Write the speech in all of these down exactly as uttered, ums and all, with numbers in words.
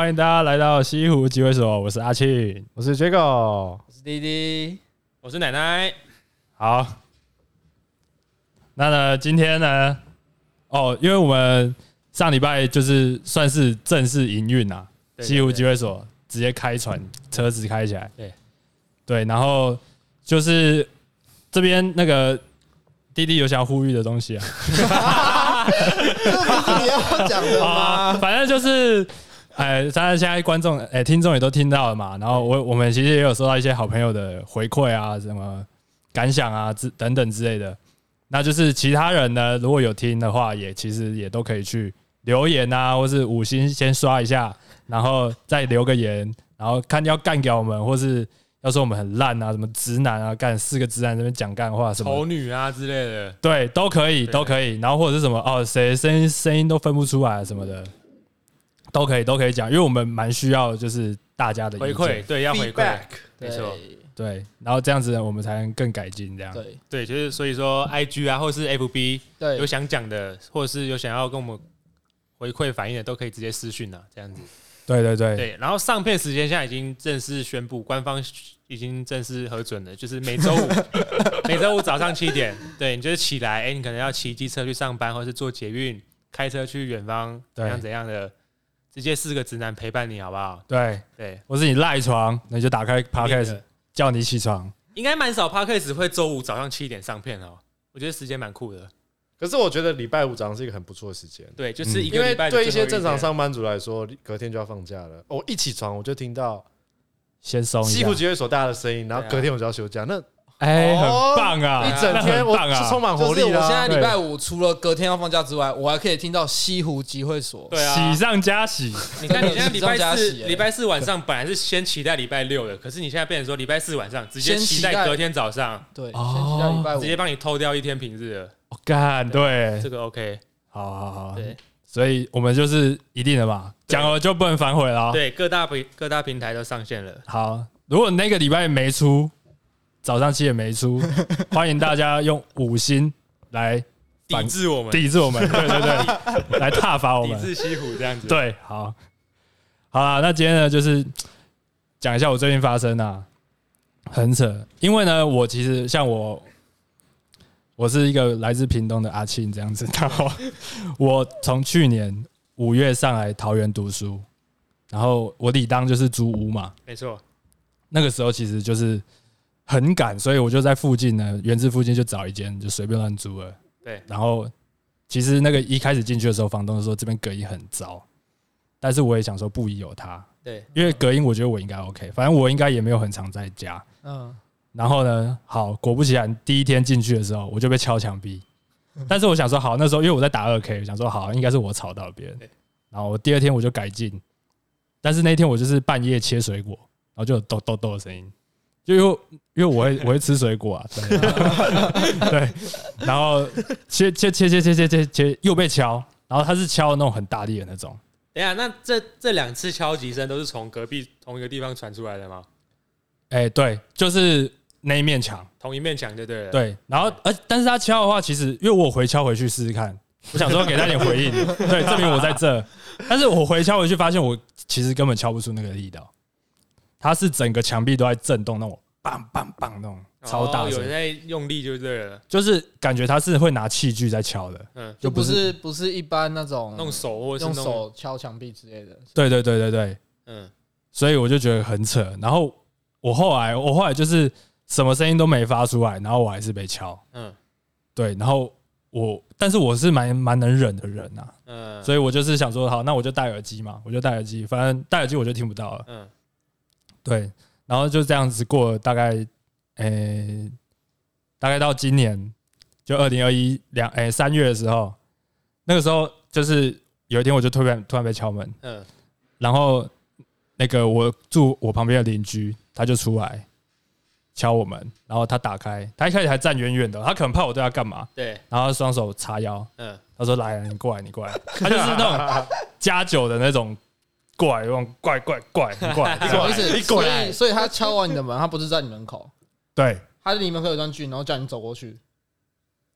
欢迎大家来到西湖集会所，我是阿庆， 我是 Jago， 我是弟弟， 我是奶奶。 好，那呢，今天呢，哦，因为我们上礼拜就是算是正式营运啊，西湖集会所直接开船，车子开起来，对对，然后就是这边那个弟弟有想要呼吁的东西啊， 这不是你要讲的吗？ 反正就是。哎，当然现在观众、哎听众也都听到了嘛。然后我我们其实也有收到一些好朋友的回馈啊，什么感想啊，等等之类的。那就是其他人呢，如果有听的话，也其实也都可以去留言啊，或是五星先刷一下，然后再留个言，然后看要干掉我们，或是要说我们很烂啊，什么直男啊，干四个直男在那边讲干话什么丑女啊之类的， 对，都可以，都可以。然后或者是什么哦，谁声音声音都分不出来什么的。都可以，都可以讲，因为我们蛮需要就是大家的回馈，对，要回馈，没错， 对，然后这样子我们才能更改进，这样， 对， 对，就是所以说 ，I G 啊，或是 F B 对有想讲的，或者是有想要跟我们回馈反映的，都可以直接私讯啊，这样子。 对对对对，然后上片时间现在已经正式宣布，官方已经正式核准了，就是每周五每周五早上七点，对你就是起来，哎，你可能要骑机车去上班，或者是坐捷运、开车去远方，怎样怎样的。直接四个直男陪伴你，好不好？ 对对， 或是你赖床，那你就打开 Podcast 叫你起床。 应该蛮少 Podcast 会周五早上七点上片哦，我觉得时间蛮酷的。 可是我觉得礼拜五早上是一个很不错的时间， 对，就是一个礼拜因为对一些正常上班族来说，隔天就要放假了。我一起床我就听到先松一下西湖集会所大家的声音，然后隔天我就要休假，那。 哎，很棒啊！ 一整天我是充满活力的。 我现在礼拜五除了隔天要放假之外，我还可以听到西湖集会所， 对啊， 喜上加喜。 你看你现在礼拜四礼拜四晚上本来是先期待礼拜六的，可是你现在变成说礼拜四晚上直接期待隔天早上， 对，先期待礼拜五， 直接帮你偷掉一天平日了。 我干，对， 这个 OK， 好好好， 对， 所以我们就是一定的嘛，讲了就不能反悔了。 对，各大平各大平台都上线了。 好，如果那个礼拜没出。早上七点没出，欢迎大家用五星来抵制我们， 抵制我们，对对对，来挞伐我们， 抵制西湖这样子。 对，好，好啦，那今天呢，就是讲一下我最近发生啊，很扯，因为呢，我其实像我，我是一个来自屏东的阿庆这样子，然后我从去年五月上来桃园读书，然后我理当就是租屋嘛， 没错， 那个时候其实就是。很赶，所以我就在附近呢，原址附近就找一间，就随便乱租了。 对， 然后其实那个一开始进去的时候，房东说这边隔音很糟，但是我也想说不疑有他， 对， 因为隔音我觉得我应该 OK， 反正我应该也没有很常在家。嗯，然后呢，好，果不其然，第一天进去的时候我就被敲墙壁，但是我想说好，那时候因为我在打二 K， 想说好，应该是我吵到别人。然后我第二天我就改进，但是那天我就是半夜切水果，然后就有豆豆豆的声音。就因为因为我会我会吃水果啊，对，对，然后切切切切切切切切又被敲，然后他是敲那种很大力的那种。 等一下，那这这两次敲击声都是从隔壁同一个地方传出来的吗？ 哎、欸，对，就是那一面墙， 同一面墙就对了。 对，然后而但是他敲的话，其实因为我回敲回去试试看，我想说给他点回应，对，证明我在这。但是我回敲回去发现，我其实根本敲不出那个力道。它是整个墙壁都在震动，那种棒棒棒那种超大声， 有人在用力就对了， 就是感觉他是会拿器具在敲的， 嗯，就不是不是一般那种用手或是用手敲墙壁之类的。 对对对对对，嗯，所以我就觉得很扯。然后我后来我后来就是什么声音都没发出来，然后我还是被敲，嗯，对，然后我但是我是蛮蛮能忍的人啊，嗯，所以我就是想说好，那我就戴耳机嘛，我就戴耳机，反正戴耳机我就听不到了，嗯。对，然后就这样子过了大概，诶、欸，大概到今年，就二零二一两诶三月的时候，那个时候就是有一天我就突然突然被敲门，嗯，然后那个我住我旁边的邻居他就出来敲我们，然后他打开，他一开始还站远远的，他可能怕我对他干嘛， 对， 然后双手叉腰，嗯，他说来，你过来，你过来，他就是那种加酒的那种。过来，用怪怪怪过来， 什么意思？所以，所以他敲完你的门，他不是在你门口， 对， 他离门口有段距离，然后叫你走过去。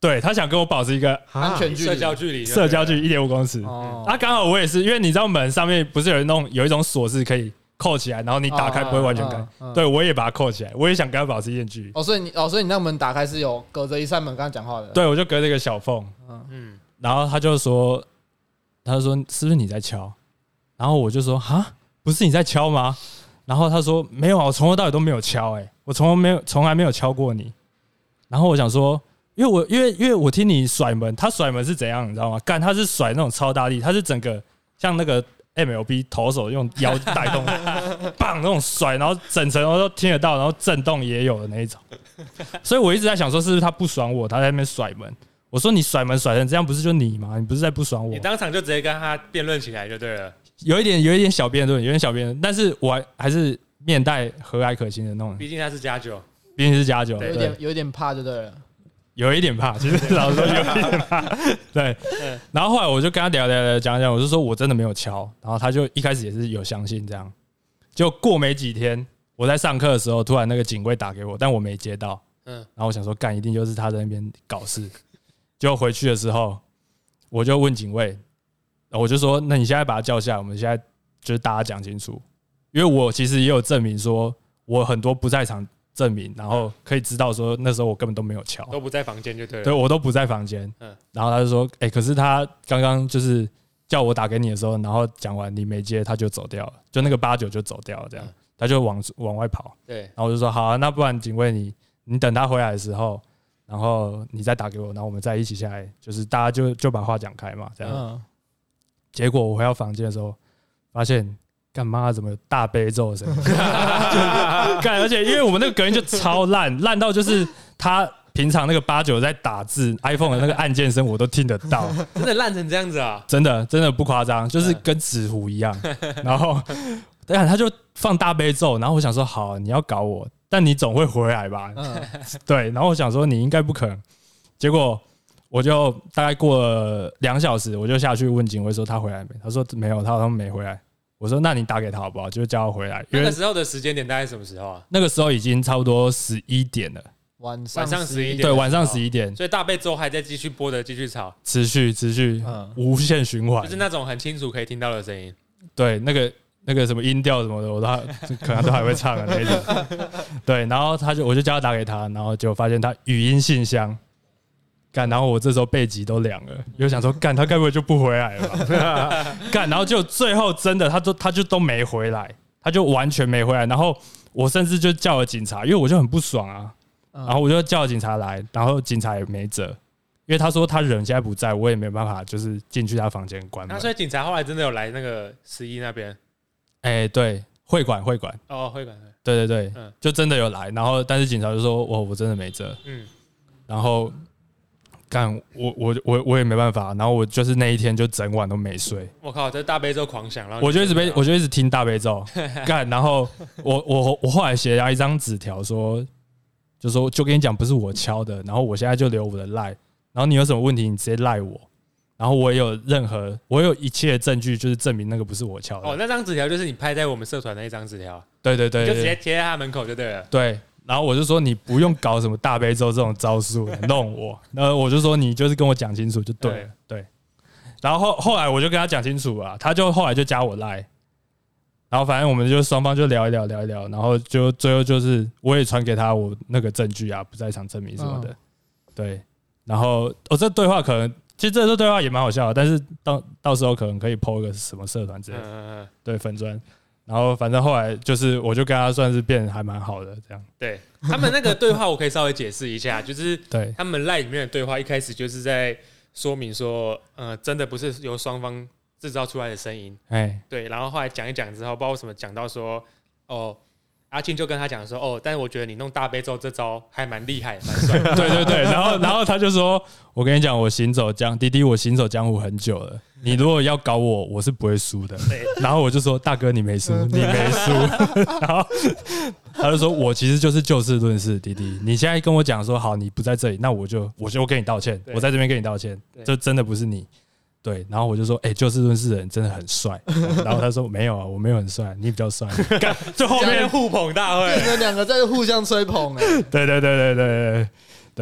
对他想跟我保持一个安全距离、 社交距离、 社交距离一点五公尺。 哦， 啊，刚好我也是，因为你知道门上面不是有那种有一种锁是可以扣起来，然后你打开不会完全开。 嗯嗯嗯、 对，我也把它扣起来，我也想跟他保持一点距离。 哦，所以你哦，所以你那门打开是有隔着一扇门跟他讲话的。 对，我就隔着一个小缝。嗯，然后他就说，他就说是不是你在敲？然后我就说哈，不是你在敲吗？然后他说没有啊，我从头到尾都没有敲，哎，我从来没有从来没有敲过你。然后我想说。因为我因为因为我听你甩门，他甩门是怎样，你知道吗？干，他是甩那种超大力，他是整个像那个 M L B 投手用腰带动，棒那种甩，然后整层我都听得到，然后震动也有的那一种。所以我一直在想说，是不是他不爽我，他在那边甩门？我说你甩门甩成这样，不是就你吗？你不是在不爽我？ 你当场就直接跟他辩论起来就对了。 有一点有一点小辩论，有点小辩论，但是我还还是面带和蔼可亲的那种。 毕竟他是加九， 毕竟是加九， 有点有点怕就对了。 有一点怕，其实老实说有一点怕，对。然后后来我就跟他聊聊聊讲讲，我就说我真的没有敲，然后他就一开始也是有相信这样。就过没几天，我在上课的时候，突然那个警卫打给我，但我没接到。嗯，然后我想说干，一定就是他在那边搞事。结果回去的时候，我就问警卫，我就说那你现在把他叫下来，我们现在就是大家讲清楚，因为我其实也有证明说我很多不在场。证明，然后可以知道说那时候我根本都没有敲， 都不在房间就对了。 对，我都不在房间。嗯，然后他就说：“哎、欸，可是他刚刚就是叫我打给你的时候，然后讲完你没接，他就走掉了，就那个八九就走掉了，这样、嗯、他就往往外跑。对，然后我就说好、啊，那不然警卫你你等他回来的时候，然后你再打给我，然后我们再一起下来，就是大家就就把话讲开嘛，这样。嗯、结果我回到房间的时候，发现。”干妈怎么有大悲咒的声音？干，而且因为我们那个隔音就超烂，烂到就是他平常那个八九在打字 ，iPhone 的那个按键声我都听得到， 真的烂成这样子啊！ 真的真的不夸张，就是跟纸糊一样。然后，对啊，他就放大悲咒，然后我想说，好，你要搞我，但你总会回来吧？对，然后我想说你应该不可能，结果我就大概过了两小时，我就下去问警卫说他回来没？他说没有，他好像没回来。我说：“那你打给他好不好？就叫他回来。” 那个时候的时间点大概什么时候啊？ 那个时候已经差不多十一点了， 晚上十一点。 对，晚上十一点。 所以大悲咒还在继续播的，继续吵， 持续持续，嗯、无限循环， 就是那种很清楚可以听到的声音。 对，那个那个什么音调什么的，我都可能都还会唱的那种。对，然后他就我就叫他打给他，然后就发现他语音信箱。干，然后我这时候背脊都凉了，又想说干，他该不会就不回来了吧？干，然后就最后真的，他都他就都没回来，他就完全没回来。然后我甚至就叫了警察，因为我就很不爽啊。然后我就叫了警察来，然后警察也没辙，因为他说他人现在不在，我也没办法就是进去他房间关门。 那所以警察后来真的有来那个十一那边？ 哎、欸，对，会馆会馆哦，会馆， 对对对，嗯，就真的有来。然后但是警察就说，我我真的没辙，嗯，然后。干我我我我也没办法，然后我就是那一天就整晚都没睡。 我靠，这大悲咒狂响，然后我就一直被我就一直听大悲咒干，然后我我我后来写了一张纸条说，就说就跟你讲不是我敲的，然后我现在就留我的赖，然后你有什么问题你直接赖我，然后我也有任何我有一切证据就是证明那个不是我敲的。 哦，那张纸条就是你拍在我们社团的一张纸条。 对对 对, 對， 就直接贴在他门口就对了。 对。然后我就说你不用搞什么大悲咒这种招数弄我，然后我就说你就是跟我讲清楚就对了，对。然后后后来我就跟他讲清楚啊，他就后来就加我赖，然后反正我们就双方就聊一聊聊一聊，然后就最后就是我也传给他我那个证据啊，不在场证明什么的，对。然后哦，这对话可能其实这个对话也蛮好笑的，但是到到时候可能可以 po 一个什么社团之类的，对粉专。然后反正后来就是，我就跟他算是变得还蛮好的这样。 对他们那个对话，我可以稍微解释一下，就是对他们 LINE 里面的对话，一开始就是在说明说，呃，真的不是由双方制造出来的声音，哎，对。然后后来讲一讲之后，不知道为什么讲到说，哦，阿庆就跟他讲说，哦，但是我觉得你弄大悲咒这招还蛮厉害，蛮帅的。 对对对，然后然后他就说，我跟你讲，我行走江弟弟，我行走江湖很久了。你如果要搞我，我是不会输的。然后我就说：“大哥，你没输，你没输。”然后他就说：“我其实就是就事论事，弟弟。你现在跟我讲说好，你不在这里，那我就我就跟你道歉，我在这边跟你道歉，就真的不是你。”对，然后我就说：“哎、欸，就事论事的人真的很帅。”然后他说：“没有啊，我没有很帅，你比较帅。” 就后面互捧大会， 变成两个在互相吹捧哎、欸。 对对对对对对对。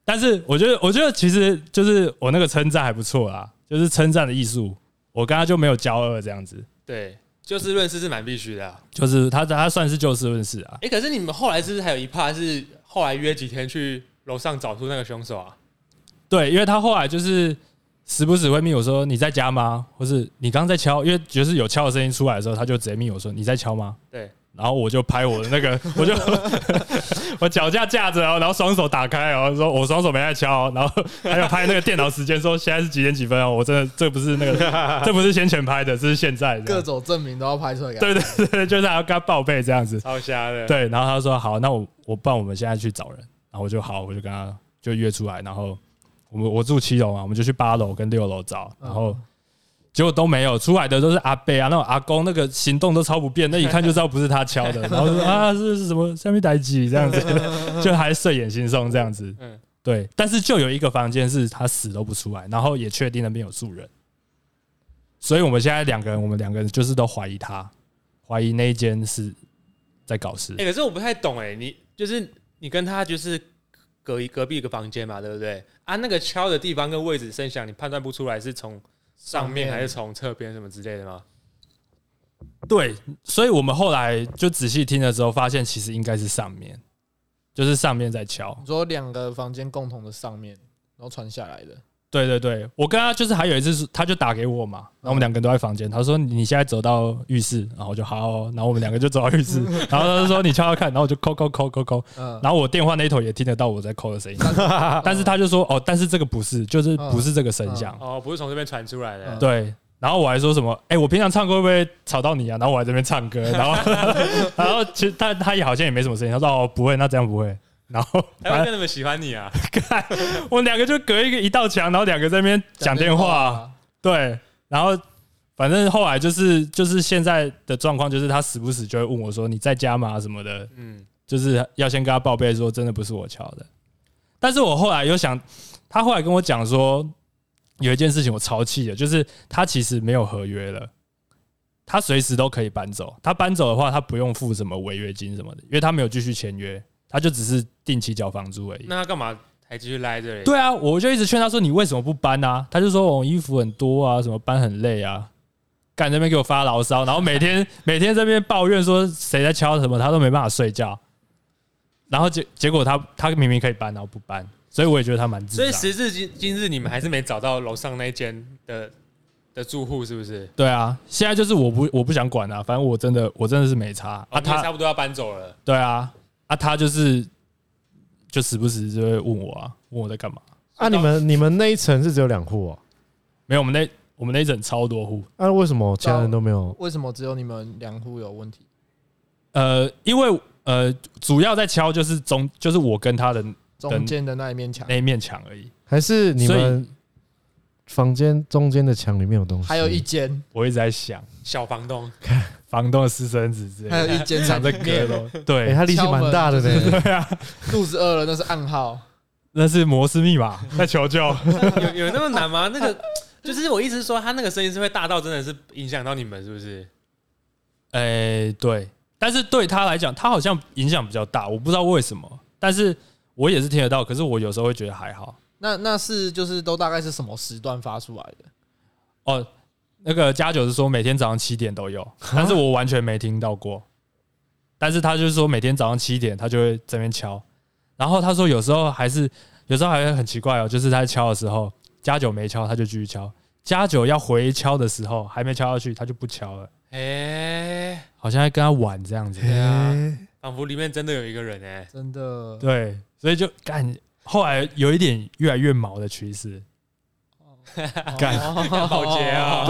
但是我觉得，我觉得其实就是我那个称赞还不错啦，就是称赞的艺术，我跟他就没有交恶这样子。 对，就事论事是蛮必须的、啊， 就是他他算是就事论事啊。 哎、欸，可是你们后来是不是还有一趴是后来约几天去楼上找出那个凶手啊？ 对，因为他后来就是时不时会密我说你在家吗？或是你刚刚在敲，因为就是有敲的声音出来的时候，他就直接密我说你在敲吗？ 对。 然后我就拍我的那个，我就我脚架架着哦，然后双手打开哦，说我双手没在敲、哦，然后还有拍那个电脑时间，说现在是几点几分哦，我真的这不是那个，这不是先前拍的，这是现在的， 各种证明都要拍出来给他。 对对对，就是还要跟他报备这样子， 超瞎的。 对，然后他说好，那我我不然我们现在去找人，然后我就好，我就跟他就约出来，然后我们我住七楼嘛，我们就去八楼跟六楼找，然后。结果都没有出来的都是阿伯啊，那种阿公那个行动都超不便，那一看就知道不是他敲的，然后就说啊是是什么下面台机这样子，就还睡眼惺忪这样子。对，但是就有一个房间是他死都不出来，然后也确定那边有住人，所以我们现在两个人，我们两个人就是都怀疑他，怀疑那一间是在搞事。 哎、欸，可是我不太懂哎、欸，你就是你跟他就是隔一隔壁一个房间嘛，对不对？啊，那个敲的地方跟位置声响，你判断不出来是从上面还是从侧边什么之类的吗？ 对，所以我们后来就仔细听了之后，发现其实应该是上面，就是上面在敲。 你说两个房间共同的上面，然后传下来的。 对对对，我跟他就是还有一次，他就打给我嘛，然后我们两个人都在房间，他说你现在走到浴室，然后我就好、哦，然后我们两个就走到浴室，然后他就说你敲敲看，然后我就扣扣扣扣扣，然后我电话那一头也听得到我在扣的声音，但是他就说哦，但是这个不是，就是不是这个声响， 哦，不是从这边传出来的， 对。然后我还说什么？哎、欸，我平常唱歌会不会吵到你啊？然后我还在这边唱歌，然后然后其实他他也好像也没什么声音，他说哦不会，那这样不会。然后他会那么喜欢你啊？ 我们两个就隔一个一道墙，然后两个在那边讲电话，对。然后反正后来就是就是现在的状况，就是他时不时就会问我说你在家吗什么的，嗯，就是要先跟他报备说真的不是我敲的。但是我后来又想，他后来跟我讲说。有一件事情我超气的，就是他其实没有合约了，他随时都可以搬走。他搬走的话，他不用付什么违约金什么的，因为他没有继续签约，他就只是定期缴房租而已。 那他干嘛还继续赖这里？ 对啊，我就一直劝他说：“你为什么不搬啊？”他就说：“我、哦、衣服很多啊，什么搬很累啊。”干这边给我发牢骚，然后每天每天这边抱怨说谁在敲什么，他都没办法睡觉。然后结结果他他明明可以搬，然后不搬。所以我也觉得他蛮智障。 所以时至今今日，你们还是没找到楼上那间的的住户，是不是？ 对啊，现在就是我不我不想管啊，反正我真的我真的是没差、 哦、啊。他差不多要搬走了。 对啊，啊他就是就时不时就会问我啊，问我在干嘛。 啊，你们你们那一层是只有两户哦？ 没有，我们那我们那一层超多户。 啊，为什么其他人都没有？ 为什么只有你们两户有问题？ 呃，因为呃主要在敲就是中就是我跟他的。 中间的那一面墙， 那一面墙而已， 还是你们房间中间的墙里面有东西？ 还有一间， 我一直在想， 小房东， 房东的私生子之类的， 还有一间藏在阁楼，对、 欸，他力气蛮大的呢。 对啊， 肚子饿了那是暗号， 那是摩斯密码，在求救。 有有那么难吗？那个就是我意思是说，他那个声音是会大到真的是影响到你们，是不是？ 哎、欸，对，但是对他来讲，他好像影响比较大，我不知道为什么，但是。我也是听得到，可是我有时候会觉得还好。 那那是就是都大概是什么时段发出来的？ 哦，那个加九是说每天早上七点都有，但是我完全没听到过。但是他就是说每天早上七点他就会在那边敲，然后他说有时候还是有时候还会很奇怪哦，就是他在敲的时候，加九没敲他就继续敲，加九要回敲的时候还没敲下去他就不敲了。哎、欸，好像在跟他玩这样子。 对啊，仿佛里面真的有一个人哎、欸， 真的。 对。所以就干，后来有一点越来越毛的趋势。干， 保洁啊！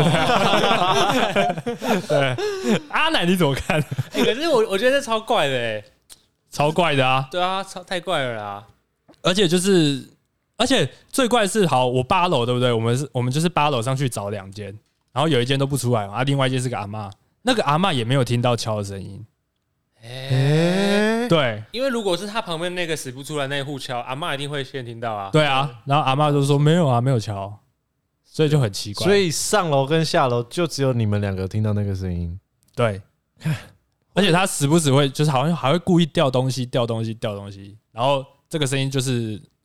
对，阿奶你怎么看？ 哎、欸，可是我我觉得这超怪的哎、欸， 超怪的啊！ 对啊，超太怪了啦！ 而且就是，而且最怪的是，好，我八楼对不对？我们是，我们就是八楼上去找两间，然后有一间都不出来啊，另外一间是个阿嬷，那个阿嬷也没有听到敲的声音。哎、欸，对， 因为如果是他旁边那个死不出来那一户敲，阿嬷一定会先听到啊。 对啊，然后阿嬷就说没有啊，没有敲，所以就很奇怪。 所以上楼跟下楼就只有你们两个听到那个声音。 对，而且他时不时会，就是好像还会故意掉东西、掉东西、掉东西，然后这个声音就是我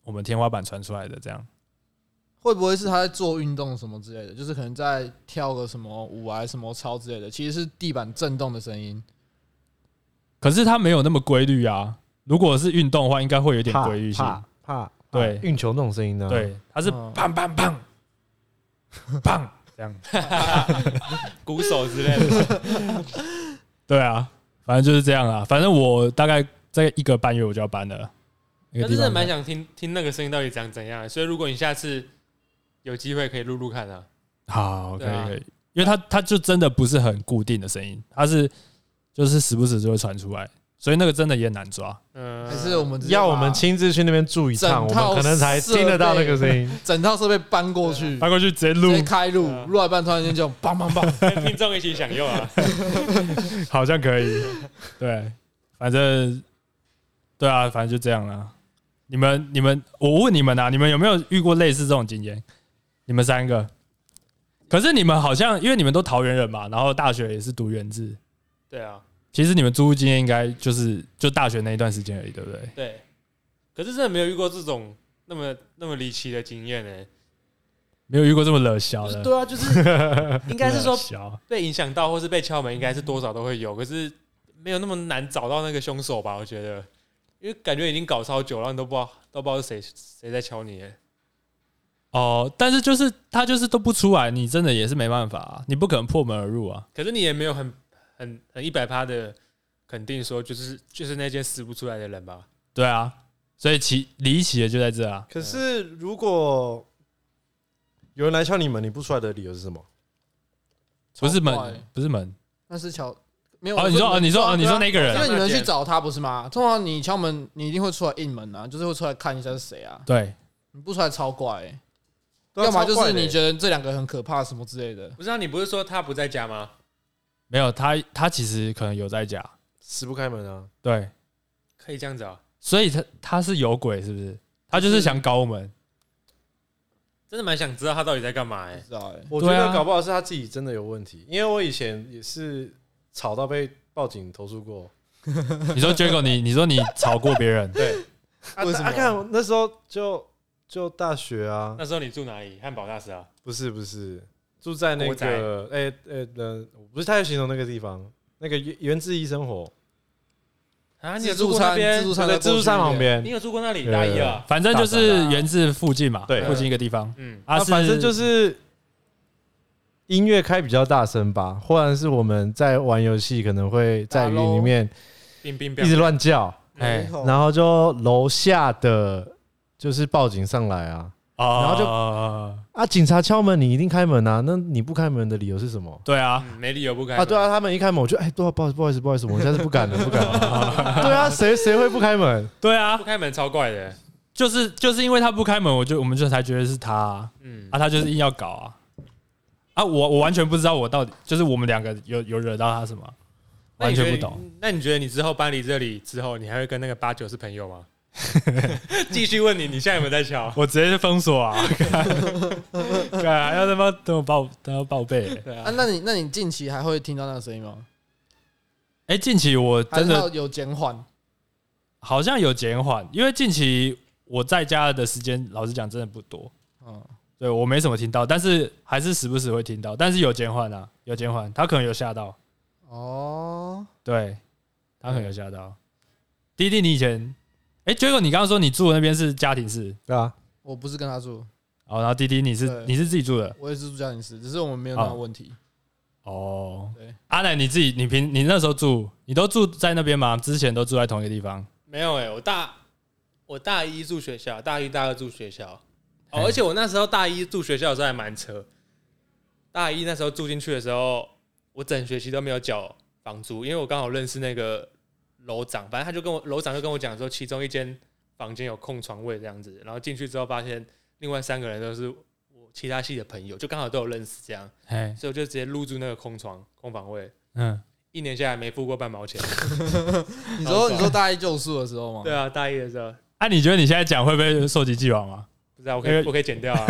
我们天花板传出来的这样。 会不会是他在做运动什么之类的？就是可能在跳个什么舞啊、什么操之类的，其实是地板震动的声音。 可是它没有那么规律啊。如果是运动的话，应该会有点规律性。 怕怕对运球那种声音呢？ 对，它是砰砰砰砰这样， 鼓手之类的。 对啊，反正就是这样啊。反正我大概在一个半月我就要搬了。 但是真的蛮想听听那个声音到底长怎样，所以如果你下次有机会可以录录看啊。 好，可以可以，因为它它就真的不是很固定的声音，它是就是时不时就会传出来，所以那个真的也难抓。 嗯，还是我们要我们亲自去那边住一趟，我们可能才听得到那个声音。 整套设备搬过去， 搬过去直接录， 直接开录，录到一半突然间就梆梆梆， 跟听众一起享用啊。 好像可以，对，反正对啊，反正就这样啦。你们你们，我问你们啊，你们有没有遇过类似这种经验？你们三个，可是你们好像因为你们都桃园人嘛，然后大学也是读原治， 对啊。 其实你们租屋经验应该就是就大学那一段时间而已，对不对？ 对。可是真的没有遇过这种那么那么离奇的经验呢、欸， 没有遇过这么惹小的。 对啊，就是应该是说被影响到或是被敲门，应该是多少都会有，可是没有那么难找到那个凶手吧？我觉得。因为感觉已经搞超久了，然后你都不知道都不知道是谁谁在敲你。 哦，但是就是他就是都不出来，你真的也是没办法、啊，你不可能破门而入啊。 可是你也没有很很很一百趴的肯定说就是就是那件死不出来的人吧？ 对啊，所以奇离奇的就在这啊。 可是如果有人来敲你门，你不出来的理由是什么？ 不是门，不是门， 那是敲。没有哦，你说哦，你说哦，你说那个人， 因为你们去找他不是吗？通常你敲门，你一定会出来应门啊，就是会出来看一下是谁啊。 对， 你不出来超怪、欸，要么就是你觉得这两个很可怕什么之类的。 不是啊，你不是说他不在家吗？ 没有，他他其实可能有在家， 死不开门啊。 对， 可以这样子啊。 所以他他是有鬼是不是？他就是想搞我们。 真的蛮想知道他到底在干嘛哎、欸。 知道哎， 我觉得搞不好是他自己真的有问题，因为我以前也是。吵到被报警投诉过， 你说 Jago 你你说你吵过别人？ 对， 为什么？ 啊，看那时候就就大学啊， 那时候你住哪里？汉堡大师啊？ 不是不是，住在那个哎哎呃，不是太形容那个地方，那个原治医生活啊，你有住过那边？ 自助餐在自助餐旁边， 你有住过那里？大一啊， 反正就是原治附近嘛， 对， 附近一个地方， 嗯，啊，反正就是。音乐开比较大声吧，或者是我们在玩游戏，可能会在雨里面一直乱叫，哎，然后就楼下的就是报警上来啊，然后就啊警察敲门，你一定开门啊，那你不开门的理由是什么？ 对啊， 没理由不开门啊，对啊，他们一开门我就哎，不好意思不好意思不好意思，我们现在是不敢了不敢了，对啊，谁谁会不开门？ 对啊， 不开门超怪的， 就是就是因为他不开门，我就我们就才觉得是他，嗯啊，他就是硬要搞啊。啊，我我完全不知道我到底就是我们两个有有惹到他什么，完全不懂。 那你觉得你之后搬离这里之后，你还会跟那个八九是朋友吗？继续问你，你现在有没有在敲？ 我直接封锁啊！对啊，要他妈等我报等我报备。 对啊，那你那你近期还会听到那个声音吗？ 哎，近期我真的有减缓， 好像有减缓，因为近期我在家的时间，老实讲真的不多。嗯。对我没什么听到，但是还是时不时会听到，但是有减缓啊，有减缓，他可能有吓到哦，对，他可能有吓到。弟弟，你以前，哎 ，Jago， 你刚刚说你住的那边是家庭式， 对啊， 我不是跟他住， 哦，然后弟弟你是你是自己住的， 我也是住家庭式，只是我们没有那个问题。 哦，对，阿奶你自己，你平你那时候住，你都住在那边吗？之前都住在同一个地方？ 没有哎、欸，我大我大一住学校，大一大二住学校。哦，而且我那时候大一住学校的时候还蛮扯。大一那时候住进去的时候，我整学期都没有缴房租，因为我刚好认识那个楼长，反正他就跟我楼长就跟我讲说，其中一间房间有空床位这样子，然后进去之后发现另外三个人都是我其他系的朋友，就刚好都有认识这样，所以我就直接入住那个空床空房位，嗯，一年下来没付过半毛钱。 你说你说大一就宿的时候吗？ 对啊，大一的时候。 啊，你觉得你现在讲会不会溯及既往吗？ 不知道，我可以我可以剪掉啊。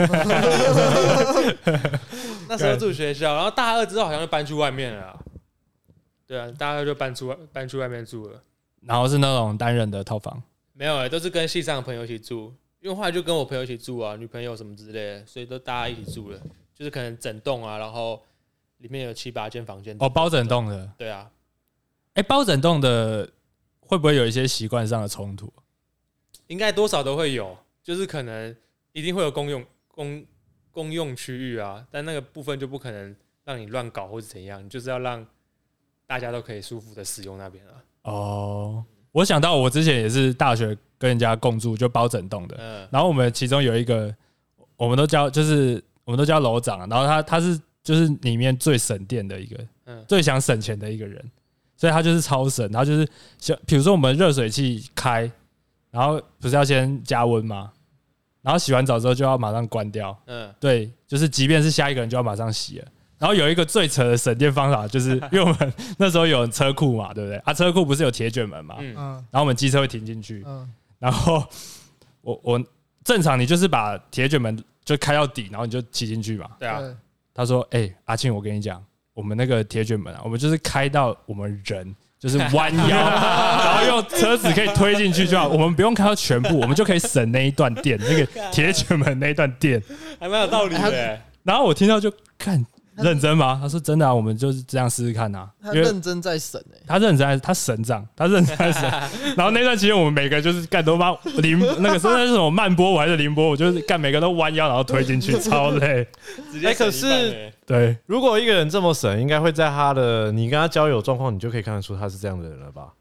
那时候住学校，然后大二之后好像就搬去外面了啦。对啊，大二就搬出搬去外面住了。 然后是那种单人的套房？ 没有、欸，都是跟系上的朋友一起住。 因为后来就跟我朋友一起住啊，女朋友什么之类的，所以都大家一起住了，就是可能整栋啊，然后里面有七八间房间。 哦，包整栋的。 对啊。 哎、欸，包整栋的会不会有一些习惯上的冲突？ 应该多少都会有，就是可能一定会有公用公公用区域啊，但那个部分就不可能让你乱搞或者怎样，你就是要让大家都可以舒服的使用那边啊。 哦，我想到我之前也是大学跟人家共住，就包整栋的、嗯，然后我们其中有一个，我们都叫就是我们都叫楼长，然后他他是就是里面最省电的一个，嗯、最想省钱的一个人，所以他就是超省，他就是像比如说我们热水器开。然后不是要先加温吗？然后洗完澡之后就要马上关掉。嗯，对，就是即便是下一个人就要马上洗了。然后有一个最扯的省电方法，就是因为我们那时候有车库嘛，对不对？啊，车库不是有铁卷门嘛？嗯，然后我们机车会停进去。嗯，然后我我正常你就是把铁卷门就开到底，然后你就骑进去嘛。 对啊。 他说：“哎、欸，阿庆，我跟你讲，我们那个铁卷门啊，我们就是开到我们人。”就是弯腰，然后用车子可以推进去就好，我们不用开到全部，我们就可以省那一段电，那个铁卷门那一段电， 还蛮有道理的、欸。 然后我听到就看认真吗？他说真的啊，我们就是这样试试看啊。 他认真在省哎、欸， 他认真在，他省长，他认真在省。然后那段期间，我们每个就是干都妈凌那个时候那是什么慢波我还是凌波，我就是干每个都弯腰然后推进去，超累。 哎、欸，可是对， 如果一个人这么省，应该会在他的你跟他交友状况，你就可以看得出他是这样的人了吧？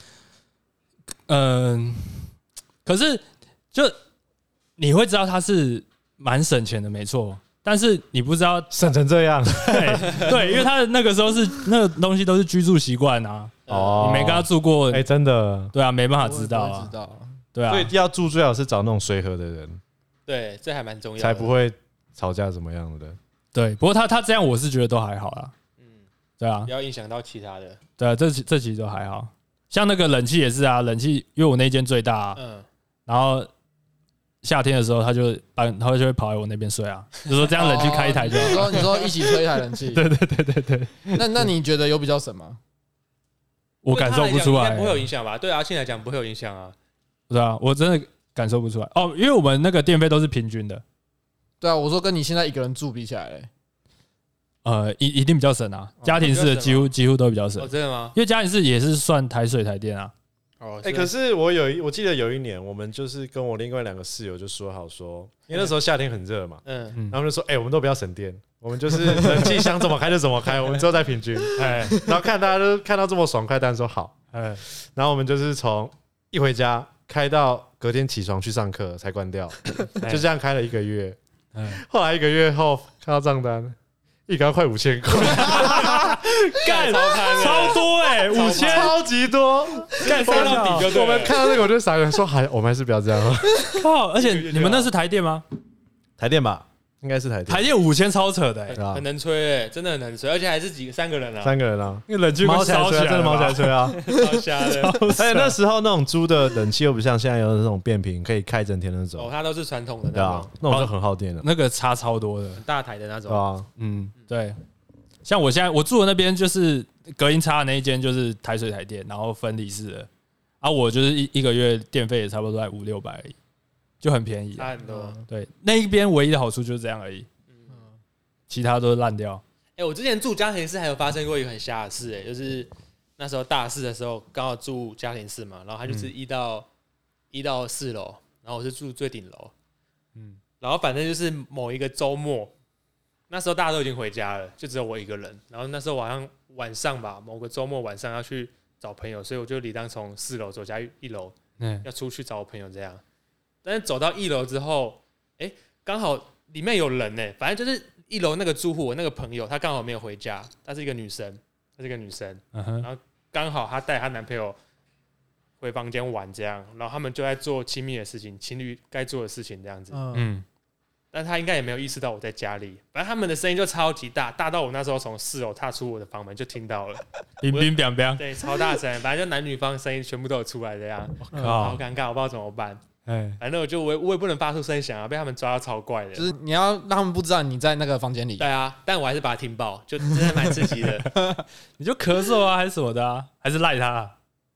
嗯，可是就你会知道他是蛮省钱的，没错。但是你不知道省成这样， 对对，因为他的那个时候是那个东西都是居住习惯啊，哦，你没跟他住过， 哎、欸，真的， 对啊，没办法知道啊， 知道， 对啊， 所以要住最好是找那种随和的人， 对，这还蛮重要的， 才不会吵架怎么样的。 对，不过他他这样我是觉得都还好啦，嗯，对啊， 不要影响到其他的， 对啊，这这其实都还好，像那个冷气也是啊，冷气因为我那间最大、啊，嗯，然后。夏天的时候，他就搬，他就会跑来我那边睡啊。就说这样冷气开一台就好。 你说你说一起吹一台冷气？ 对对对对对。 那那你觉得有比较省吗？ 我感受不出来， 应该不会有影响吧？对阿庆来讲不会有影响啊。 对啊，我真的感受不出来哦，因为我们那个电费都是平均的。 对啊，我说跟你现在一个人住比起来嘞， 呃，一一定比较省啊。家庭式的几乎几乎都比较省。 哦，真的吗？ 因为家庭式也是算台水台电啊。 哎、欸，可是我有一，我记得有一年，我们就是跟我另外两个室友就说好说，因为那时候夏天很热嘛，嗯，然后就说，哎、欸，我们都不要省电，我们就是冷气想怎么开就怎么开，我们之后再平均，哎，然后看大家都看到这么爽快，当然说好，哎，然后我们就是从一回家开到隔天起床去上课才关掉，就这样开了一个月，后来一个月后看到账单。一个要快五千块， 干超多哎、欸，五千超级多， 干塞到底就对。 我们看到这个我就傻眼，说还我们还是不要这样了。 靠！而且你们那是台电吗？ 台电吧，应该是台电。 台电五千超扯的、欸欸，很能吹哎、欸，真的很能吹，而且还是几个三个人啊， 三个人啊， 那个冷气毛起来吹， 真的毛起来吹啊， 超瞎的。 而且那时候那种租的冷气又不像现在有那种变频可以开整天那种， 哦，它都是传统的那种， 啊，那种就很耗电了， 那个差超多的， 大台的那种， 啊， 嗯，对。像我现在我住的那边就是隔音差的那一间，就是台水台电，然后分离式的啊，我就是一一个月电费也差不多在五六百而已，就很便宜， 差很多。 对，那一边唯一的好处就是这样而已，其他都烂掉。 哎、欸，我之前住家庭式还有发生过一个很瞎的事、欸，哎，就是那时候大四的时候刚好住家庭式嘛，然后他就是一到一、嗯、到四楼，然后我是住最顶楼，嗯，然后反正就是某一个周末。那时候大家都已经回家了，就只有我一个人。然后那时候晚上晚上吧，某个周末晚上要去找朋友，所以我就理当从四楼走下一楼，嗯，要出去找我朋友这样。但是走到一楼之后，哎、欸，刚好里面有人呢、欸。反正就是一楼那个住户，我那个朋友，她刚好没有回家，她是一个女生，她是一个女生。嗯、然后刚好她带她男朋友回房间玩这样，然后他们就在做亲密的事情，情侣该做的事情这样子。嗯。但他应该也没有意识到我在家里，反正他们的声音就超级大，大到我那时候从四楼踏出我的房门就听到了， 冰冰冰冰， 对，超大声，反正就男女方声音全部都有出来这样， 哦、 好尴尬，我不知道怎么办。反正我就我我也不能发出声响啊，被他们抓到超怪的。 就是你要让他们不知道你在那个房间里。 对啊，但我还是把他听爆，就真的蛮刺激的。 你就咳嗽啊，还是什么的啊，还是赖他、啊？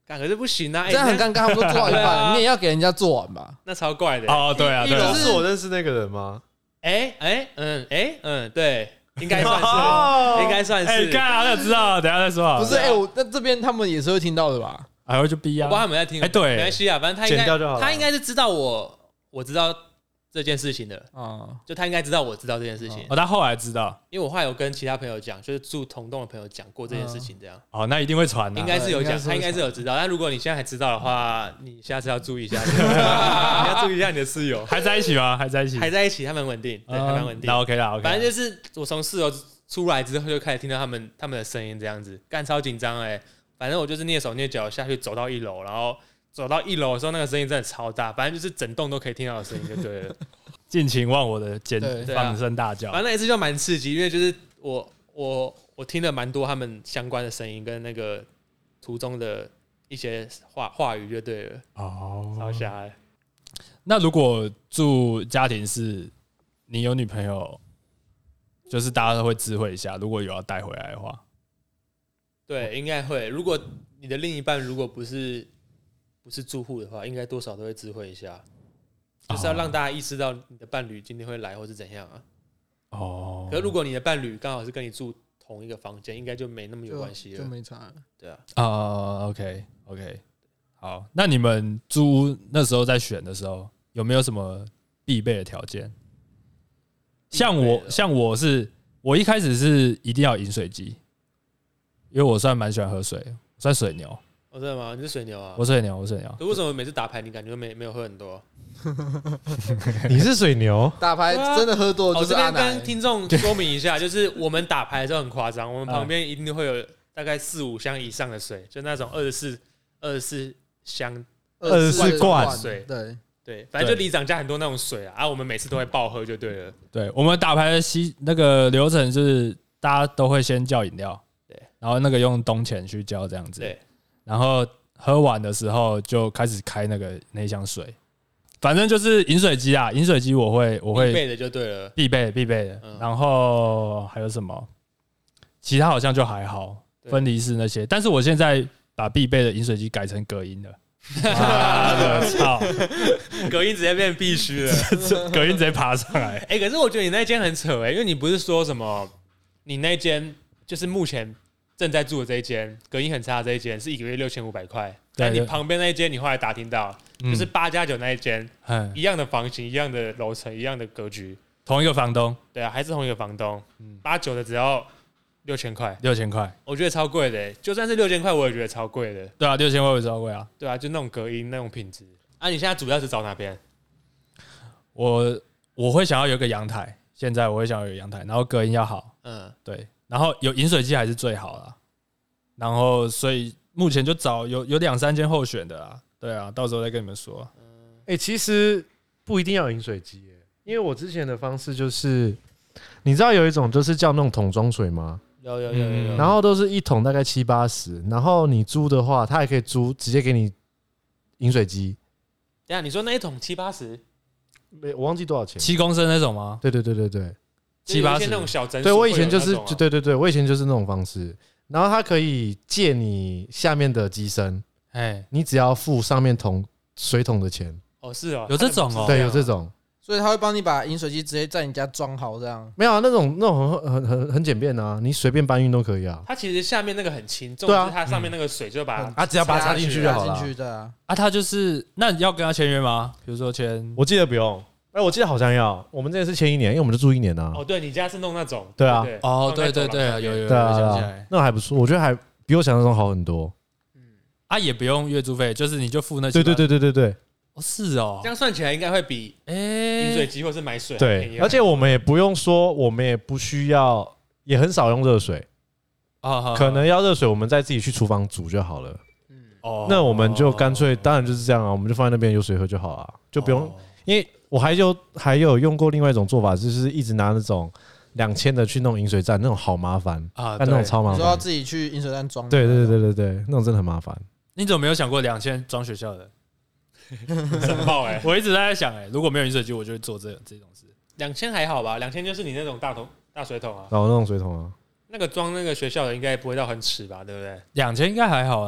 可是不行啊， 这样很尴尬，他们都做到一半，你也要给人家做完吧？ 那超怪的哦，对啊， 一楼是我认识那个人吗？ 哎哎嗯哎嗯，对，应该算是，应该算是。 哎，干好想知道，等下再说。 不是，哎，我那这边他们也是会听到的吧？ 哎，我就逼啊， 我不知道他们在听。 哎，对， 没关系啊，反正他应该，他应该是知道我，我知道这件事情的啊，就他应该知道我知道这件事情。 哦，他后来知道， 因为我后来有跟其他朋友讲，就是住同栋的朋友讲过这件事情，这样。 哦，那一定会传的， 应该是有讲，他应该是有知道。但如果你现在还知道的话，你下次要注意一下，你要注意一下你的室友。 还在一起吗？还在一起？ 还在一起，他们稳定，对，还蛮稳定。 那 OK 啦 ，OK。 反正就是我从四楼出来之后，就开始听到他们他们的声音，这样子，干超紧张哎。反正我就是蹑手蹑脚下去走到一楼，然后走到一楼的时候，那个声音真的超大，反正就是整栋都可以听到的声音，就对了。 尽情忘我的尖放声大叫， 反正那一次就蛮刺激，因为就是我我我听了蛮多他们相关的声音跟那个途中的一些话话语，就对了。哦，超瞎的。 那如果住家庭是，你有女朋友，就是大家都会知会一下，如果有要带回来的话， 对，应该会。如果你的另一半如果不是不是住户的话，应该多少都会知会一下。就是要让大家意识到你的伴侣今天会来，或是怎样啊？哦。可是如果你的伴侣刚好是跟你住同一个房间，应该就没那么有关系了， 就没差了。 对啊。 啊 ，OK OK， 好。那你们租屋那时候在选的时候，有没有什么必备的条件？像我，像我是，我一开始是一定要饮水机，因为我算蛮喜欢喝水，我算水牛。 哦，真的吗？你是水牛啊？ 我水牛，我水牛。 可为什么每次打牌你感觉没没有喝很多？ 你是水牛， 打牌真的喝多就是阿奶。 我这边跟听众说明一下，就是我们打牌的时候很夸张，我们旁边一定会有大概四五箱以上的水，就那种二十四、二十四箱、 二十四罐水。 对对，反正就里长家很多那种水啊，啊，我们每次都会爆喝就对了。 对，我们打牌的西那个流程是大家都会先叫饮料，对，然后那个用东钱去叫这样子，对，然后喝完的时候就开始开那个那一箱水。反正就是饮水机啊，饮水机我会我会必备的就对了， 必备必备的。嗯、然后还有什么？其他好像就还好，分离式那些。但是我现在把必备的饮水机改成隔音了。妈的操！ 隔音直接变必须了， 隔音直接爬上来。 哎、欸，可是我觉得你那间很扯哎、欸，因为你不是说什么，你那间就是目前正在住的这一间隔音很差的这一间是一个月六千五百块，但你旁边那一间你后来打听到。就是八加九那一间，嗯，一样的房型，一样的楼层，一样的格局， 同一个房东， 对啊，还是同一个房东，嗯，八九的只要六千块， 六千块， 我觉得超贵的、欸，就算是六千块，我也觉得超贵的。 对啊，六千块也超贵啊， 对啊，就那种隔音那种品质。啊，你现在主要是找哪边？ 我我会想要有一个阳台，现在我会想要有阳台，然后隔音要好，嗯，对，然后有饮水机还是最好啦。然后所以目前就找有有两三间候选的啦。对啊，到时候再跟你们说。 哎、欸，其实不一定要有饮水机，因为我之前的方式就是，你知道有一种就是叫那种桶装水吗？ 有有有有有。 然后都是一桶大概七八十，然后你租的话，他还可以租直接给你饮水机。 等一下你说那一桶七八十， 我忘记多少钱， 七公升那种吗？ 对对对对对， 七八十那种小诊所。 对我以前就是，就对对对，我以前就是那种方式。然后他可以借你下面的机身。哎，你只要付上面桶水桶的钱哦，是哦， 有这种哦， 对，有这种， 所以他会帮你把饮水机直接在你家装好，这样没有啊？那种那种很很很很简便啊，你随便搬运都可以啊。 它其实下面那个很轻，重点是它上面那个水就把它， 啊，只要把它插进去就好了。 对啊， 啊，他就是那你要跟他签约吗？比如说签， 我记得不用，哎，我记得好像要，我们这是签一年，因为我们就住一年啊。 哦，对你家是弄那种， 对啊， 哦，对对对，有有有， 对啊，那还不错，我觉得还比我想象中好很多。 啊，也不用月租费，就是你就付那。 对对对对对对。 哦，是哦， 这样算起来应该会比饮水机或是买水对，而且我们也不用说，我们也不需要，也很少用热水啊，可能要热水，我们再自己去厨房煮就好了。嗯，哦，那我们就干脆，当然就是这样啊，我们就放在那边有水喝就好了，就不用。因为我还有还有用过另外一种做法，就是一直拿那种两千的去弄饮水站，那种好麻烦啊，但那种超麻烦， 你说要自己去饮水站装。 对对对对对，那种真的很麻烦。 你怎么没有想过两千装学校的？ 神爆哎！ 我一直在想哎、欸，如果没有饮水机，我就会做这这种事。 两千还好吧？两千就是你那种大桶大水桶啊。 哦，那种水桶啊。 那个装那个学校的应该不会到很尺吧？对不对？ 两千应该还好啦。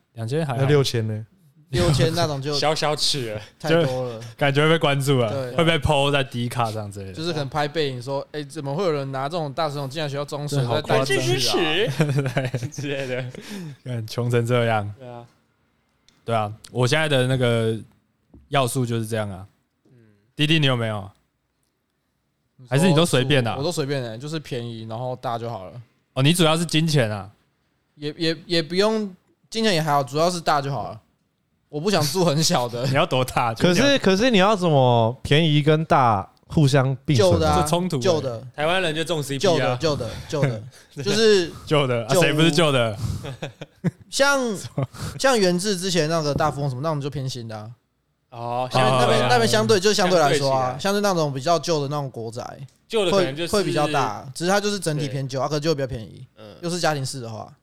两千还那六千呢？ 六千那种就小小尺了， 太多了， 感觉会被关注了，会被 P O 在 D 卡上之类的。 就是可能拍背影说，哎，怎么会有人拿这种大石头进来学校装水再带进去啊？之类的， 看穷成这样。 对啊， 对啊，我现在的那个要素就是这样啊。嗯，弟弟你有没有？还是你都随便啊？ 我都随便的，就是便宜然后大就好了。 哦，你主要是金钱啊？ 也也也不用金钱也还好，主要是大就好了。我不想住很小的。 你要多大？ 可是可是你要怎么便宜跟大互相并存？ 旧的啊， 冲突。 旧的， 台湾人就重 C P 啊。旧的，旧的，旧的，就是旧的。谁不是旧的？ 像像元智之前那个大富翁什么那种就偏新的啊。 哦， 那边那边相对就相对来说啊，相对那种比较旧的那种国宅， 旧的可能就是会比较大，只是它就是整体偏旧，啊，可就比较便宜。嗯，又是家庭式的话。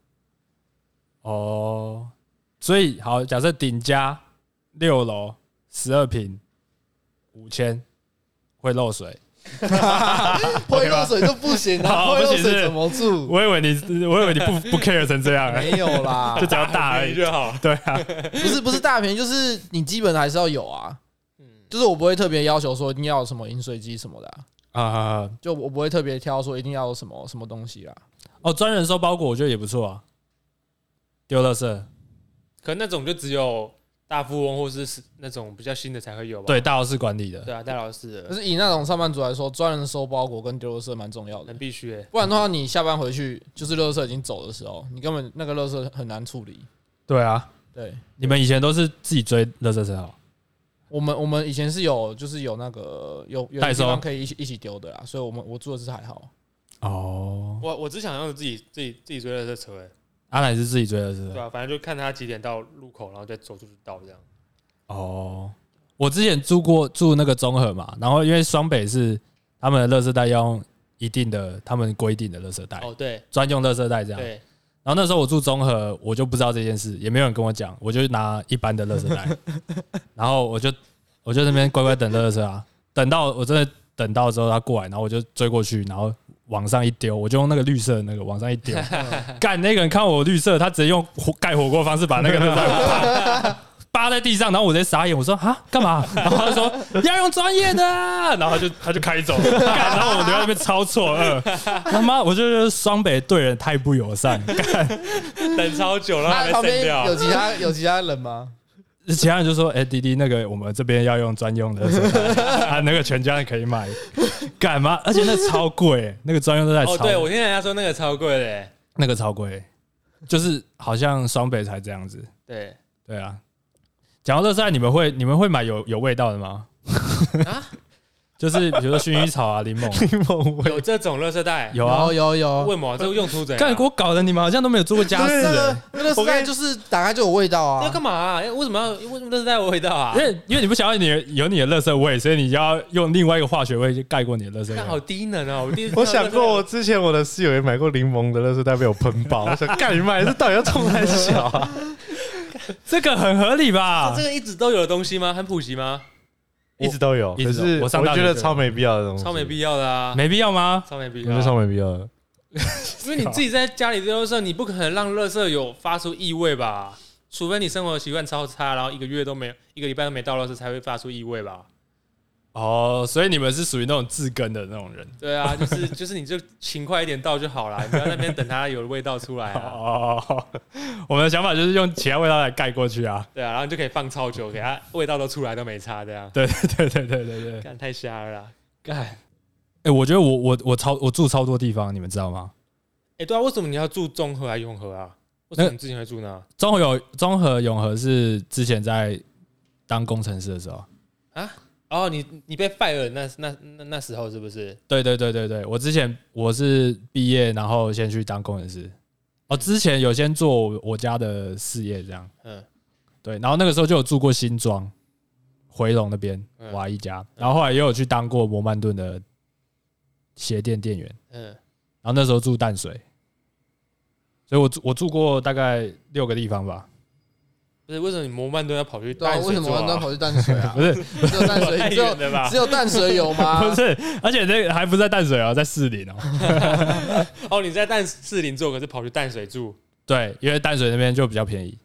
哦。所以好，假设顶家六楼十二坪五千会漏水， 会漏水就不行了，会漏水怎么住？ 我以为你，我以为你不不 care 成这样， 没有啦， 就只要大而已就好。 对啊， 不是不是大便，就是你基本还是要有啊。就是我不会特别要求说一定要有什么饮水机什么的啊，啊就我不会特别挑说一定要有什么什么东西啦。 哦，专人收包裹我觉得也不错啊，丢垃圾。 可能那种就只有大富翁或是那种比较新的才会有吧？ 对，大老师管理的。 对啊，大老师的。 可是以那种上班族来说，专人收包裹跟丢垃圾蛮重要的， 必须、欸。 不然的话，你下班回去就是垃圾已经走的时候，你根本那个垃圾很难处理。 对啊， 对。 你们以前都是自己追垃圾车哦？ 我们我们以前是有就是有那个有有地方可以一起一起丢的啦，所以我们我住的是还好。 哦。 我我只想要自己自己自己追垃圾车哎、欸。 阿奶是自己追的，是吧？ 对啊，反正就看他几点到路口，然后再走出去到这样。 哦，我之前住过住那个中和嘛，然后因为双北是他们的垃圾袋要用一定的他们规定的垃圾袋， 哦对， 专用垃圾袋这样。 对。 然后那时候我住中和，我就不知道这件事，也没有人跟我讲，我就拿一般的垃圾袋，然后我就我就那边乖乖等垃圾啊，等到我真的等到之后他过来，然后我就追过去，然后往上一丢，我就用那个绿色的那个往上一丢，干那个人看我绿色，他直接用盖火锅的方式把那个垃圾扒在地上，然后我直接傻眼，我说啊干嘛？然后他就说要用专业的、啊，然后他就他就开走，然后我留在那边超错愕，他妈我就觉得双北对人太不友善，干等超久了， 他旁边有其他有其他人吗？ 其他人就说：“哎、欸，弟弟，那个我们这边要用专用的，啊，那个全家人可以买，干嘛？而且那超贵，那个专用都在超。哦， 对我听人家说那个超贵的， 那个超贵，就是好像双北才这样子。 对对啊，讲到垃圾袋，你们会你们会买有有味道的吗？啊？就是比如说薰衣草啊、柠檬、 柠檬味， 有这种垃圾袋？ 有啊， 有有有。 为什么？这个用途怎样？ 干给我搞的，你们好像都没有做过家事哎。 垃圾袋就是打开就有味道啊。 要干嘛啊？为什么要为什么垃圾袋有味道啊？ 因为因为你不想要你有你的垃圾味，所以你就要用另外一个化学味去盖过你的垃圾味。 好低能啊！我第一次我想过，我之前我的室友也买过柠檬的垃圾袋被我喷爆，我想干你妈，这到底要冲太小啊？ 这个很合理吧？ 这个一直都有的东西吗？很普及吗？ 一直都有，可是我觉得超没必要的东西， 超没必要的啊， 没必要吗？ 超没必要，超没必要的。 因为你自己在家里丢垃圾，你不可能让垃圾有发出异味吧？除非你生活习惯超差，然后一个月都没有，一个礼拜都没倒垃圾，才会发出异味吧？ 哦，所以你们是属于那种自耕的那种人。 对啊，就是就是你就勤快一点倒就好了，你不要在那边等它有味道出来啊。 哦，我们的想法就是用其他味道来盖过去啊。 对啊，然后你就可以放超久，给它味道都出来都没差这样。 对对对对对对， 干太瞎了啦！干，哎、 欸，我觉得我我我超我住超多地方，你们知道吗？ 哎、欸，对啊，为什么你要住中和还是永和啊？为什么你之前会住那？ 中和有中和永和是之前在当工程师的时候啊。哦，你你被 fire 那那那那时候是不是？ 对对对对对，我之前我是毕业，然后先去当工程师。哦，之前有先做我家的事业这样。嗯，对，然后那个时候就有住过新庄、回龙那边我阿姨家，然后后来也有去当过摩曼顿的鞋店店员。嗯，然后那时候住淡水，所以我我住过大概六个地方吧。 不是，为什么你摩曼顿要跑去淡水、啊？为什么摩曼顿要跑去淡水啊？ 不是， 只有淡水，只有只有淡水有吗？ 不是，而且那个还不是在淡水哦，在士林哦。 哦，你在淡士林做，可是跑去淡水住？ 对，因为淡水那边就比较便宜。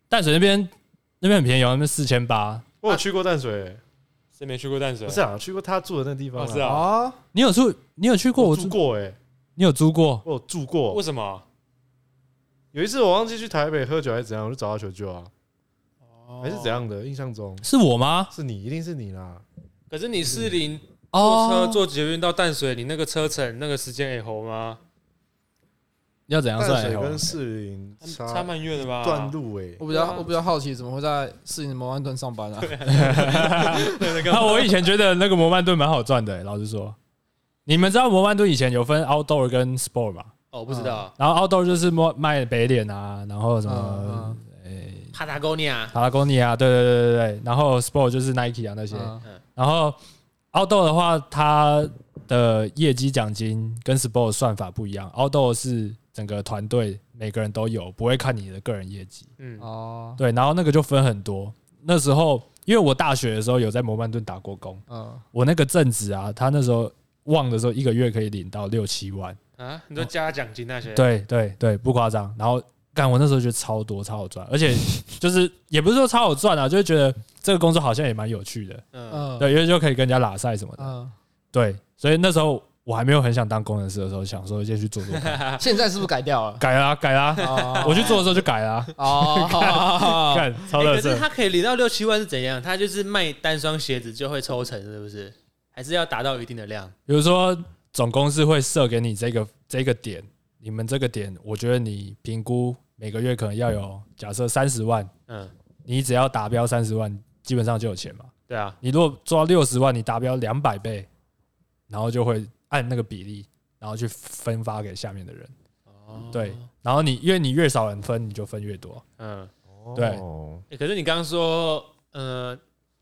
淡水那边那边很便宜，那边四千八。 我有去过淡水， 谁没去过淡水？ 不是啊，去过他住的那个地方。 是啊， 你有住？你有去过？ 我住过哎， 你有租过？ 我有住过。 为什么？ 有一次我忘记去台北喝酒还是怎样，我就找他求救啊。还是怎样的？印象中是我吗？ 是你，一定是你啦。 可是你士林坐车坐捷运到淡水，你那个车程那个时间也好吗？ 要怎样算？ 淡水跟士林差差蛮远的吧？ 段路哎， 我比较我比较好奇，怎么会在士林摩曼顿上班啊？ 啊，我以前觉得那个摩曼顿蛮好赚的，老实说。你们知道摩曼顿以前有分 outdoor 跟 sport 吗？ 哦，我不知道。 然后 outdoor 就是卖北脸啊，然后什么。 帕塔哥尼亚， 帕塔哥尼亚，对对对对对，然后 Sport 就是 Nike 啊那些，嗯、然后 Outdoor 的话，它的业绩奖金跟 Sport 算法不一样 ，Outdoor 是整个团队每个人都有，不会看你的个人业绩，嗯哦，对，然后那个就分很多。那时候因为我大学的时候有在摩曼顿打过工，嗯，我那个正职啊，他那时候旺的时候一个月可以领到六七万啊，你说加奖金那些？ 对对对，不夸张，然后。干，我那时候觉得超多超好赚，而且就是也不是说超好赚啊，就是觉得这个工作好像也蛮有趣的，嗯，对，因为就可以跟人家拉赛什么的，嗯，对，所以那时候我还没有很想当工程师的时候，想说先去做做看。 现在是不是改掉了？ 改啦改啦，我去做的时候就改啦。哦，干，超乐色。 可是他可以领到六七万是怎样？他就是卖单双鞋子就会抽成，是不是？还是要达到一定的量？ 比如说总公司会设给你这个这个点，你们这个点，我觉得你评估。每个月可能要有假设三十万，嗯，你只要达标三十万，基本上就有钱嘛。 对啊， 你如果做到六十万，你达标两百倍，然后就会按那个比例，然后去分发给下面的人。哦，对，然后你因为你越少人分，你就分越多。嗯，对。 欸、可是你刚刚说，呃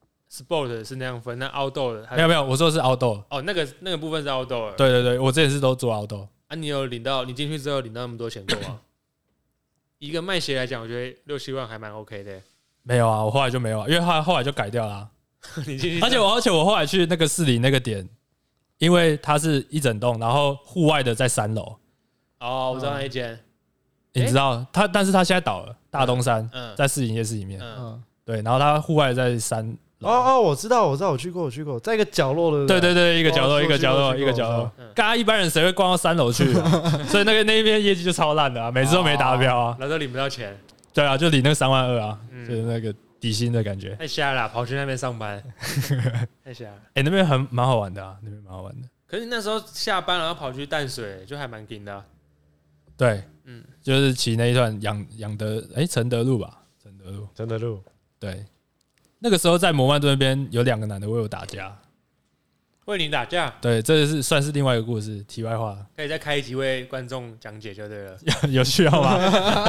，sport 是那样分，那 outdoor 的没有没有，我说的是 outdoor。 哦，那个那个部分是 outdoor。 对对对，我之前是都做 outdoor。 啊，你有领到你进去之后领到那么多钱过吗？一个卖鞋来讲，我觉得六七万还蛮 OK 的。 没有啊，我后来就没有啊，因为后来后来就改掉了、啊。你进去，而且我而且我后来去那个士林那个点，因为它是一整栋，然后户外的在三楼。 哦，我知道那一间。 你知道它，但是它现在倒了，大东山，嗯、在士林夜市里面。嗯，对，然后它户外在三。 哦哦，我知道，我知道，我去过，我去过，在一个角落的。 对对对，一个角落，一个角落，一个角落。刚刚一般人谁会逛到三楼去啊？所以那个那一边业绩就超烂的啊，每次都没达标啊， 然后都领不到钱。 对啊，就领那个三万二啊，就是那个底薪的感觉。 太瞎了，跑去那边上班，太瞎了。 哎，那边很蛮好玩的啊，那边蛮好玩的。 可是你那时候下班然后跑去淡水，就还蛮劲的。 对，嗯，就是骑那一段养养德，哎，承德路吧，承德路， 承德路， 对。那个时候在摩曼顿那边有两个男的为我打架， 为你打架？ 对，这是算是另外一个故事。题外话， 可以再开几位观众讲解就对了。 有需要吗？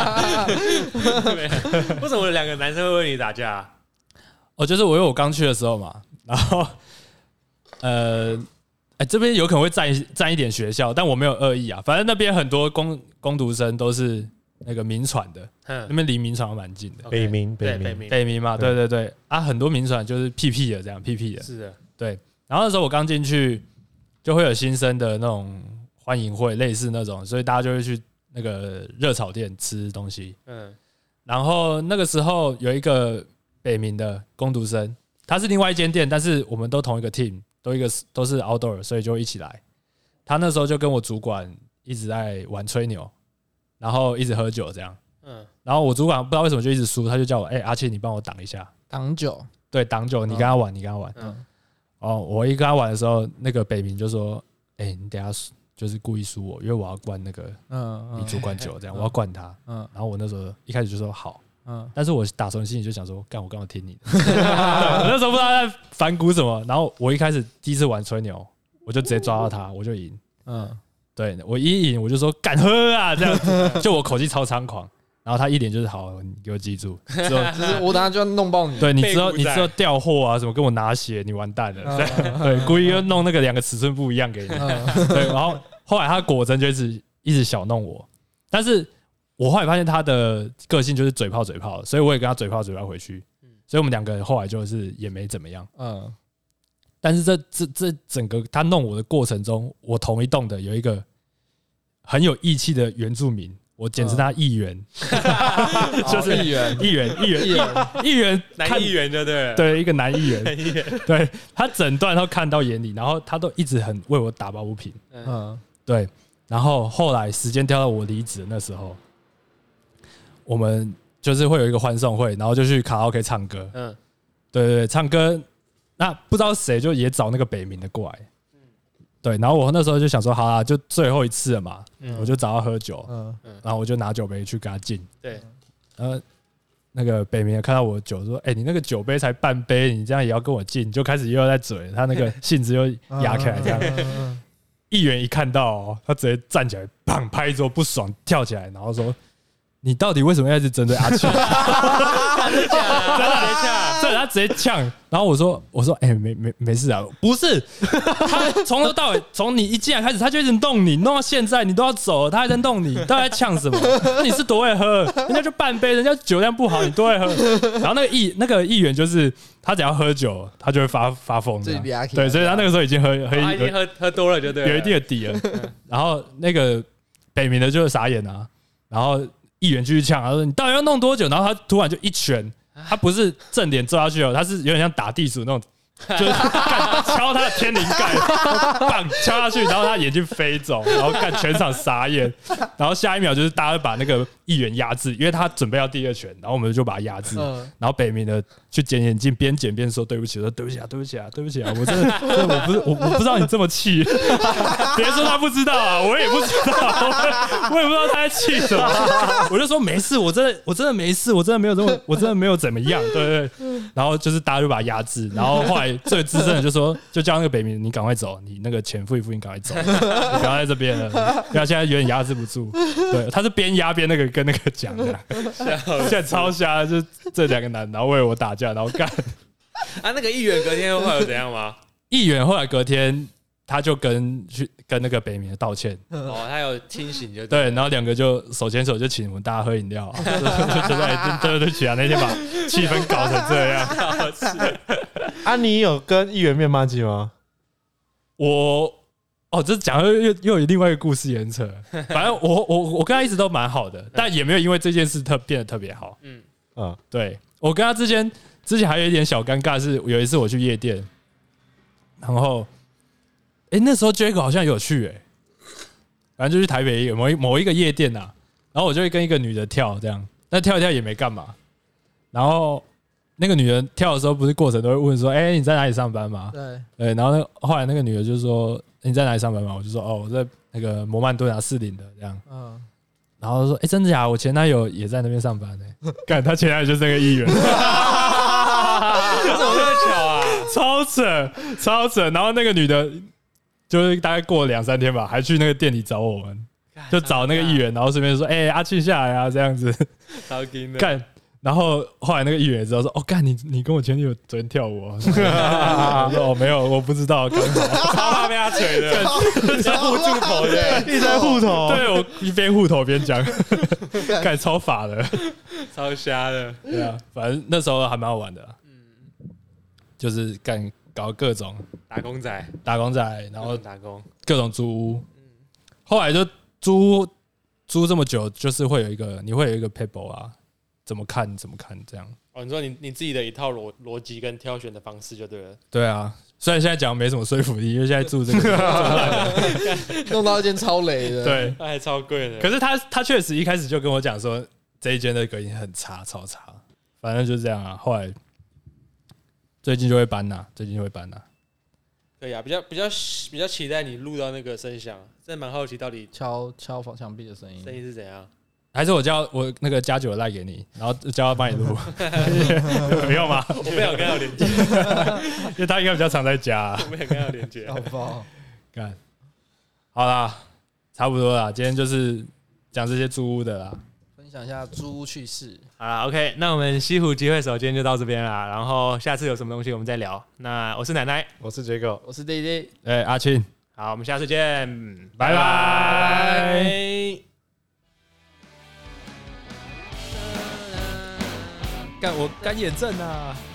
为什么两个男生会为你打架？ 哦，就是我因为我刚去的时候嘛，然后呃，哎，这边有可能会占占一点学校，但我没有恶意啊。反正那边很多工工读生都是。那个民传的，那边离民传蛮近的， 北民北民北民嘛，对对对啊，很多民传就是屁屁的这样，屁屁的， 是的， 对。然后那时候我刚进去，就会有新生的那种欢迎会，类似那种，所以大家就会去那个热炒店吃东西。嗯，然后那个时候有一个北民的工读生，他是另外一间店，但是我们都同一个 team， 都一个都是 outdoor， 所以就一起来。他那时候就跟我主管一直在玩吹牛。然后一直喝酒这样，嗯，然后我主管不知道为什么就一直输，他就叫我，哎、欸，阿庆你帮我挡一下， 挡酒， 对，挡酒，你跟他玩，你跟他玩，嗯，哦，我一跟他玩的时候，那个北民就说，哎、欸，你等一下就是故意输我，因为我要灌那个，嗯，你主管酒这样，嗯、我要灌他，嗯，然后我那时候一开始就说好，嗯，但是我打从心里就想说，干我刚好听你的，我那时候不知道在反骨什么，然后我一开始第一次玩吹牛，我就直接抓到他，我就赢，嗯。对我一赢我就说敢喝啊，这样子，就我口气超猖狂，然后他一脸就是好，你给我记住，之后就是我等下就要弄爆你， 对，你知道你知道调货啊什么，跟我拿血，你完蛋了，对，故意又弄那个两个尺寸不一样给你，对，然后后来他果真就一直一直小弄我，但是我后来发现他的个性就是嘴炮嘴炮，所以我也跟他嘴炮嘴炮回去，所以我们两个人后来就是也没怎么样，嗯。但是这这这整个他弄我的过程中，我同一栋的有一个很有义气的原住民， 我简称他议员， 就是议员， 议员，议员，议员，议员， 男议员就对了， 对，一个男议员，对他整段都看到眼里，然后他都一直很为我打抱不平，嗯，对，然后后来时间调到我离职的那时候，我们就是会有一个欢送会，然后就去卡拉 OK 唱歌，嗯，对对对，唱歌，那不知道谁就也找那个北冥的过来。对，然后我那时候就想说，好啦，就最后一次了嘛，嗯、我就找他喝酒，嗯、然后我就拿酒杯去给他敬。 对， 然后那个北冥看到我的酒，说：“哎、欸，你那个酒杯才半杯，你这样也要跟我敬？”就开始又要在嘴，他那个性子又压起来，这样。议员一看到、喔，他直接站起来，砰拍桌，不爽跳起来，然后说：“你到底为什么要一直针对阿庆？”真的假的？真的呛，对，他直接呛。然后我说：“我说，哎、欸，没没没事啊，不是，他从头到尾，从你一进来开始，他就一直弄你，弄到现在，你都要走了，他还在弄你，到底在呛什么？你是多会喝？人家就半杯，人家酒量不好，你多会喝。然后那个议那个议员就是他只要喝酒，他就会发发疯，对，所以他那个时候已经喝喝已经喝喝多了，就对了， 有一定的底了。然后那个北冥的就傻眼啊，然后。”议员继续呛，他说：“你到底要弄多久？”然后他突然就一拳，他不是正脸揍下去哦，他是有点像打地鼠那种，就是敲他的天灵盖，棒敲下去，然后他眼睛飞走，然后干全场傻眼，然后下一秒就是大家把那个议员压制，因为他准备要第二拳，然后我们就把他压制，然后北冥的去捡眼镜，边捡边说对不起，说对不起啊，对不起啊，对不起啊，我真的，真的我不是我我不知道你这么气，别说他不知道啊，我也不知道，我也不知道他在气什么，我就说没事，我真的我真的没事，我真的没有这么，我真的没有怎么样，对对对，然后就是大家就把他压制，然后后来最资深的就说，就叫那个北冥你赶快走，你那个钱付一付，你赶快走，你不要在这边了，因为现在有点压制不住，对，他是边压边那个跟那个讲的，现在超瞎，就这两个男的，然后为我打架，然后干。 啊，那个议员隔天后来有怎样吗？ 议员后来隔天他就跟去跟那个北冥道歉， 哦，他有清醒就对，然后两个就手牵手就请我们大家喝饮料，就就在对对起啊，那天把气氛搞成这样。 啊，你有跟议员面骂鸡吗？ 我哦，这讲又又又有另外一个故事很扯。反正我我我跟他一直都蛮好的，但也没有因为这件事特变得特别好。嗯嗯，对我跟他之间之前还有一点小尴尬，是有一次我去夜店，然后哎、欸、那时候 Jago 好像有去哎、欸，反正就去台北某一某一个夜店呐、啊，然后我就会跟一个女的跳这样，但跳一跳也没干嘛，然后。那个女人跳的时候，不是过程都会问说：“哎、欸，你在哪里上班吗？”对，对。然后那后来那个女的就说：“你在哪里上班吗？”我就说：“哦，我在那个摩曼顿啊，士林的这样。”嗯。然后说：“哎、欸，真的假的？我前男友也在那边上班呢、欸。”干，他前男友就是那个议员。怎么那么巧啊？ 超扯，超扯。然后那个女的，就是大概过了两三天吧，还去那个店里找我们，就找那个议员，然后顺便说：“哎、欸，阿庆下来啊，这样子。” 超劲的。 干。然后后来那个议员也知道说，哦，干你你跟我前女友昨天跳舞啊？我说哦没有，我不知道，刚好超怕被他锤的，一直护住头的， 一直在护头， 对我一边护头边讲，干超法的， 超瞎的， 对啊，反正那时候还蛮好玩的，嗯，就是干搞各种打工仔， 打工仔，然后打工各种租屋，后来就租租这么久，就是会有一个你会有一个 paper 啊。怎么看怎么看这样哦？你说你你自己的一套逻逻辑跟挑选的方式就对了。 对啊，虽然现在讲没什么说服力，因为现在住这个弄到一间超雷的， 对， 那还超贵的。 可是他他确实一开始就跟我讲说，这一间的隔音很差，超差。反正就这样啊。后来最近就会搬呐，最近就会搬呐。 对呀、啊，比较比较比较期待你录到那个声响，真的蛮好奇到底敲敲房墙壁的声音， 声音是怎样。 还是我叫我那个加九赖给你，然后叫他帮你录，不用吗？ 我不想跟他连接， 因为他应该比较常在家、啊。 我不想跟他连接， 好不好？ 干，好啦，差不多啦，今天就是讲这些租屋的啦， 分享一下租屋趣事。 好啦 OK， 那我们西湖集会所今天就到这边啦，然后下次有什么东西我们再聊。那我是奶奶， 我是杰哥， 我是弟弟， 哎、欸，阿庆， 好，我们下次见， 拜拜。拜拜干我干眼症啊！